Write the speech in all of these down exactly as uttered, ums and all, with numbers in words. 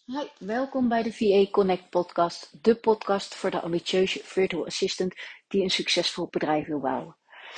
Hi, welkom bij de V A Connect podcast, de podcast voor de ambitieuze virtual assistant die een succesvol bedrijf wil bouwen.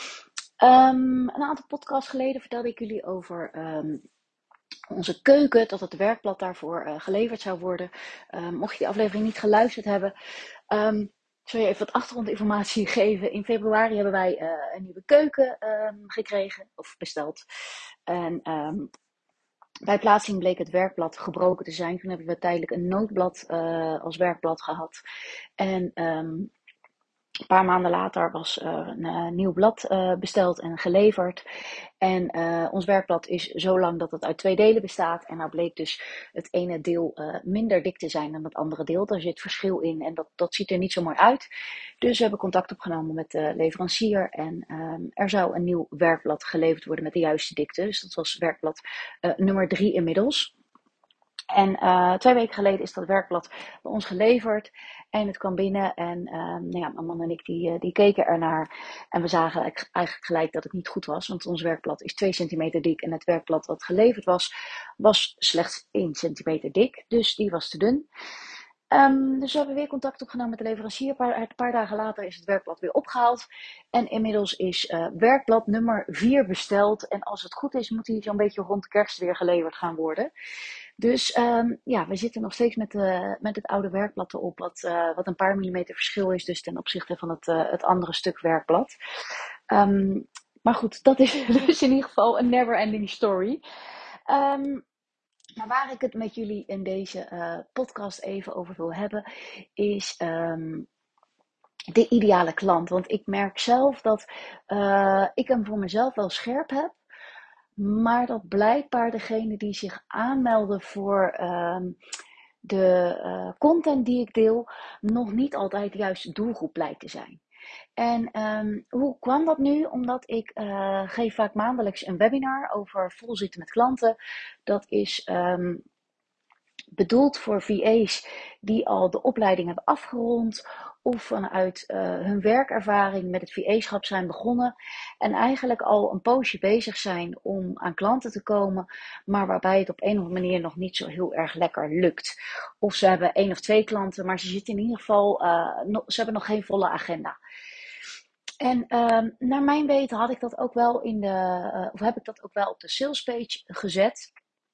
Um, een aantal podcasts geleden vertelde ik jullie over um, onze keuken, dat het werkblad daarvoor uh, geleverd zou worden. Um, mocht je die aflevering niet geluisterd hebben, um, ik zal je even wat achtergrondinformatie geven. In februari hebben wij uh, een nieuwe keuken um, gekregen, of besteld. En um, bij plaatsing bleek het werkblad gebroken te zijn. Toen hebben we tijdelijk een noodblad uh, als werkblad gehad. En um, een paar maanden later was uh, een uh, nieuw blad uh, besteld en geleverd. En uh, ons werkblad is zo lang dat het uit twee delen bestaat. En nou bleek dus het ene deel uh, minder dik te zijn dan het andere deel. Daar zit verschil in en dat, dat ziet er niet zo mooi uit. Dus we hebben contact opgenomen met de leverancier. En um, er zou een nieuw werkblad geleverd worden met de juiste dikte. Dus dat was werkblad uh, nummer drie inmiddels. En uh, twee weken geleden is dat werkblad bij ons geleverd. En het kwam binnen en uh, nou ja, mijn man en ik die, uh, die keken ernaar. En we zagen eigenlijk gelijk dat het niet goed was. Want ons werkblad is twee centimeter dik. En het werkblad wat geleverd was, was slechts één centimeter dik. Dus die was te dun. Um, dus we hebben weer contact opgenomen met de leverancier. Een paar, een paar dagen later is het werkblad weer opgehaald. En inmiddels is uh, werkblad nummer vier besteld. En als het goed is, moet die zo'n beetje rond kerst weer geleverd gaan worden. Dus um, ja, we zitten nog steeds met, uh, met het oude werkblad erop, wat, uh, wat een paar millimeter verschil is, dus ten opzichte van het, uh, het andere stuk werkblad. Um, maar goed, dat is dus in ieder geval een never-ending story. Um, maar waar ik het met jullie in deze uh, podcast even over wil hebben, is um, de ideale klant. Want ik merk zelf dat uh, ik hem voor mezelf wel scherp heb. Maar dat blijkbaar degene die zich aanmelden voor um, de uh, content die ik deel, nog niet altijd de juiste doelgroep blijkt te zijn. En um, hoe kwam dat nu? Omdat ik uh, geef vaak maandelijks een webinar over volzitten met klanten. Dat is um, bedoeld voor V A's die al de opleiding hebben afgerond of vanuit uh, hun werkervaring met het V A-schap zijn begonnen en eigenlijk al een poosje bezig zijn om aan klanten te komen, maar waarbij het op een of andere manier nog niet zo heel erg lekker lukt. Of ze hebben één of twee klanten, maar ze zitten in ieder geval, uh, no, ze hebben nog geen volle agenda. En um, naar mijn weten had ik dat ook wel in de, uh, of heb ik dat ook wel op de salespage gezet.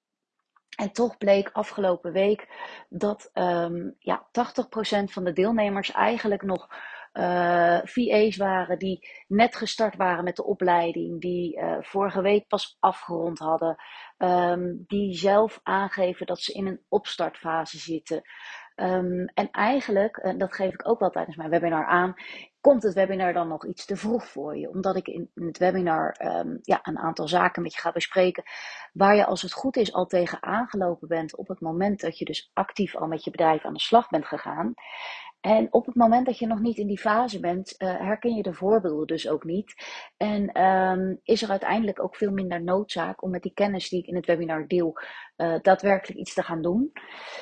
En toch bleek afgelopen week dat um, ja, tachtig procent van de deelnemers eigenlijk nog uh, V A's waren die net gestart waren met de opleiding, die uh, vorige week pas afgerond hadden, um, die zelf aangeven dat ze in een opstartfase zitten. Um, en eigenlijk, en dat geef ik ook wel tijdens mijn webinar aan, komt het webinar dan nog iets te vroeg voor je. Omdat ik in het webinar um, ja, een aantal zaken met je ga bespreken waar je als het goed is al tegen aangelopen bent op het moment dat je dus actief al met je bedrijf aan de slag bent gegaan. En op het moment dat je nog niet in die fase bent, uh, herken je de voorbeelden dus ook niet. En um, is er uiteindelijk ook veel minder noodzaak om met die kennis die ik in het webinar deel, uh, daadwerkelijk iets te gaan doen.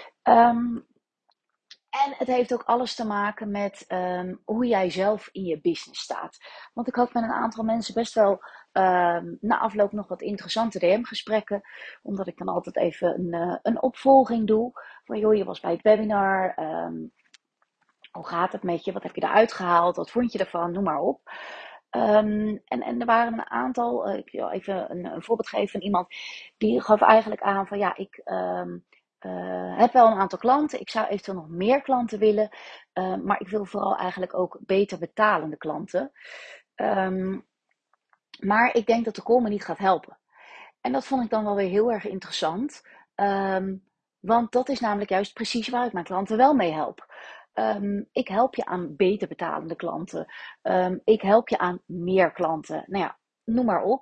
Um, En het heeft ook alles te maken met um, hoe jij zelf in je business staat. Want ik had met een aantal mensen best wel um, na afloop nog wat interessante D M-gesprekken. Omdat ik dan altijd even een, uh, een opvolging doe. Van joh, je was bij het webinar. Um, hoe gaat het met je? Wat heb je eruit gehaald? Wat vond je ervan? Noem maar op. Um, en, en er waren een aantal, uh, ik wil even een, een voorbeeld geven van iemand. Die gaf eigenlijk aan van ja, ik... Um, Uh, heb wel een aantal klanten. Ik zou eventueel nog meer klanten willen. Uh, maar ik wil vooral eigenlijk ook beter betalende klanten. Um, maar ik denk dat de call me niet gaat helpen. En dat vond ik dan wel weer heel erg interessant. Um, want dat is namelijk juist precies waar ik mijn klanten wel mee help. Um, ik help je aan beter betalende klanten. Um, ik help je aan meer klanten. Nou ja, noem maar op.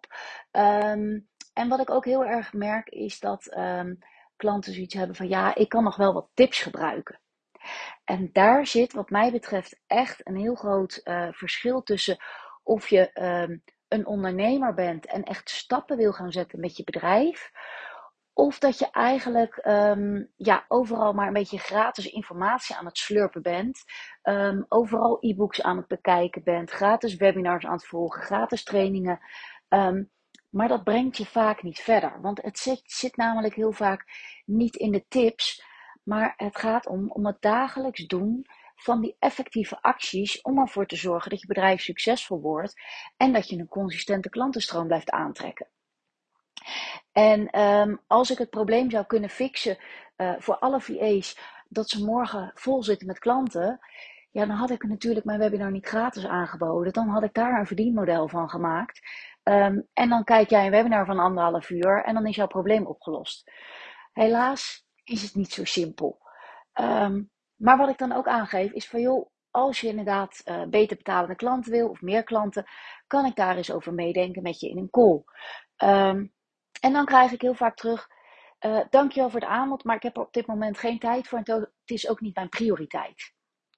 Um, en wat ik ook heel erg merk is dat um, klanten zoiets hebben van ja, ik kan nog wel wat tips gebruiken. En daar zit wat mij betreft echt een heel groot uh, verschil tussen of je um, een ondernemer bent en echt stappen wil gaan zetten met je bedrijf. Of dat je eigenlijk um, ja, overal maar een beetje gratis informatie aan het slurpen bent. Um, overal e-books aan het bekijken bent. Gratis webinars aan het volgen. Gratis trainingen. Um, maar dat brengt je vaak niet verder. Want het zit, zit namelijk heel vaak niet in de tips. Maar het gaat om, om het dagelijks doen van die effectieve acties om ervoor te zorgen dat je bedrijf succesvol wordt en dat je een consistente klantenstroom blijft aantrekken. En um, als ik het probleem zou kunnen fixen uh, voor alle V A's, dat ze morgen vol zitten met klanten, ja, dan had ik natuurlijk mijn webinar niet gratis aangeboden. Dan had ik daar een verdienmodel van gemaakt. Um, en dan kijk jij een webinar van anderhalf uur en dan is jouw probleem opgelost. Helaas is het niet zo simpel. Um, maar wat ik dan ook aangeef is van joh, als je inderdaad uh, beter betalende klanten wil of meer klanten, kan ik daar eens over meedenken met je in een call. Um, en dan krijg ik heel vaak terug, uh, dankjewel voor het aanbod, maar ik heb er op dit moment geen tijd voor en het is ook niet mijn prioriteit.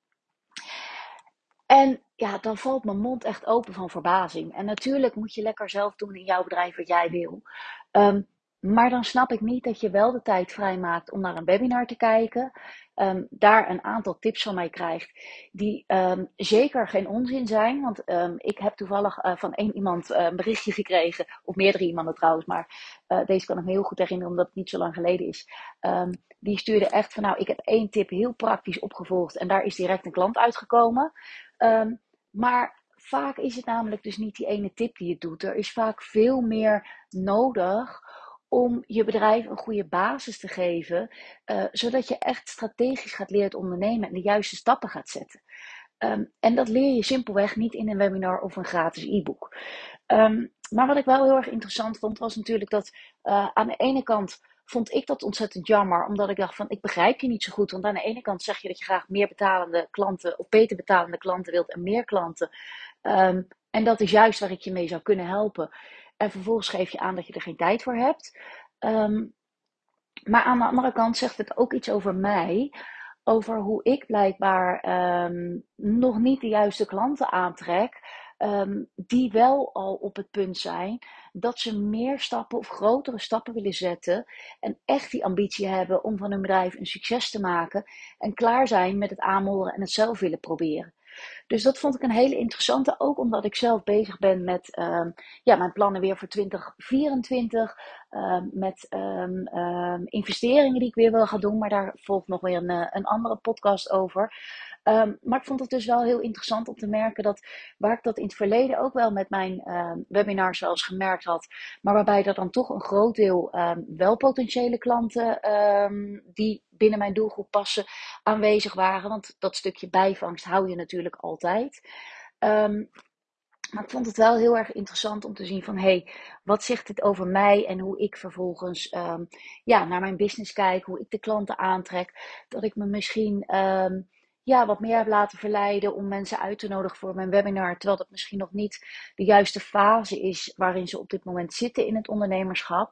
En ja, dan valt mijn mond echt open van verbazing. En natuurlijk moet je lekker zelf doen in jouw bedrijf wat jij wil. Um, maar dan snap ik niet dat je wel de tijd vrijmaakt om naar een webinar te kijken. Um, daar een aantal tips van mij krijgt. Die um, zeker geen onzin zijn. Want um, ik heb toevallig uh, van één iemand uh, een berichtje gekregen. Of meerdere iemanden trouwens. Maar uh, deze kan ik me heel goed herinneren omdat het niet zo lang geleden is. Um, die stuurde echt van nou ik heb één tip heel praktisch opgevolgd. En daar is direct een klant uitgekomen. Um, maar vaak is het namelijk dus niet die ene tip die je doet. Er is vaak veel meer nodig om je bedrijf een goede basis te geven. Uh, zodat je echt strategisch gaat leren ondernemen en de juiste stappen gaat zetten. Um, en dat leer je simpelweg niet in een webinar of een gratis e-book. Um, maar wat ik wel heel erg interessant vond, was natuurlijk dat uh, aan de ene kant vond ik dat ontzettend jammer, omdat ik dacht van, ik begrijp je niet zo goed. Want aan de ene kant zeg je dat je graag meer betalende klanten, of beter betalende klanten wilt en meer klanten. Um, en dat is juist waar ik je mee zou kunnen helpen. En vervolgens geef je aan dat je er geen tijd voor hebt. Um, maar aan de andere kant zegt het ook iets over mij. Over hoe ik blijkbaar um, nog niet de juiste klanten aantrek. Um, die wel al op het punt zijn dat ze meer stappen of grotere stappen willen zetten. En echt die ambitie hebben om van hun bedrijf een succes te maken. En klaar zijn met het aanmodderen en het zelf willen proberen. Dus dat vond ik een hele interessante, ook omdat ik zelf bezig ben met um, ja, mijn plannen weer voor twintig vierentwintig. Um, met um, um, investeringen die ik weer wil gaan doen, maar daar volgt nog weer een, een andere podcast over. Um, maar ik vond het dus wel heel interessant om te merken dat waar ik dat in het verleden ook wel met mijn um, webinars wel eens gemerkt had, maar waarbij er dan toch een groot deel um, wel potentiële klanten um, die binnen mijn doelgroep passen aanwezig waren. Want dat stukje bijvangst hou je natuurlijk altijd. Um, maar ik vond het wel heel erg interessant om te zien van, hé, hey, wat zegt dit over mij en hoe ik vervolgens um, ja, naar mijn business kijk, hoe ik de klanten aantrek. Dat ik me misschien um, ja, wat meer heb laten verleiden om mensen uit te nodigen voor mijn webinar, terwijl dat misschien nog niet de juiste fase is waarin ze op dit moment zitten in het ondernemerschap.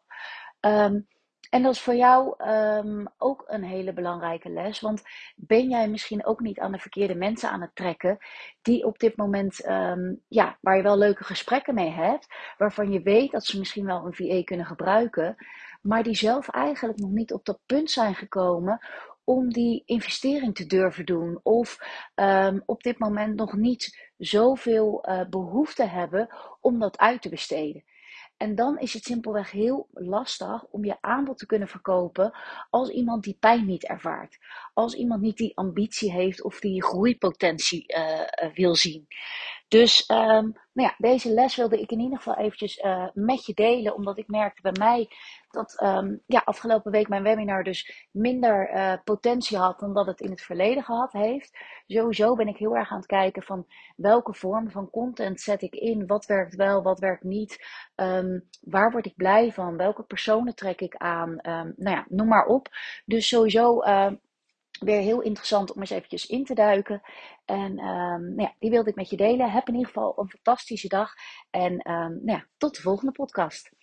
Um, en dat is voor jou um, ook een hele belangrijke les. Want ben jij misschien ook niet aan de verkeerde mensen aan het trekken, die op dit moment, um, ja, waar je wel leuke gesprekken mee hebt, waarvan je weet dat ze misschien wel een V A kunnen gebruiken, maar die zelf eigenlijk nog niet op dat punt zijn gekomen om die investering te durven doen. Of um, op dit moment nog niet zoveel uh, behoefte hebben om dat uit te besteden. En dan is het simpelweg heel lastig om je aanbod te kunnen verkopen als iemand die pijn niet ervaart. Als iemand niet die ambitie heeft of die groeipotentie uh, wil zien. Dus um, nou ja, deze les wilde ik in ieder geval eventjes uh, met je delen. Omdat ik merkte bij mij dat um, ja, afgelopen week mijn webinar dus minder uh, potentie had dan dat het in het verleden gehad heeft. Sowieso ben ik heel erg aan het kijken van welke vorm van content zet ik in. Wat werkt wel, wat werkt niet. Um, waar word ik blij van? Welke personen trek ik aan? Um, nou ja, noem maar op. Dus sowieso uh, weer heel interessant om eens eventjes in te duiken. En um, nou ja, die wilde ik met je delen. Heb in ieder geval een fantastische dag. En um, nou ja, tot de volgende podcast.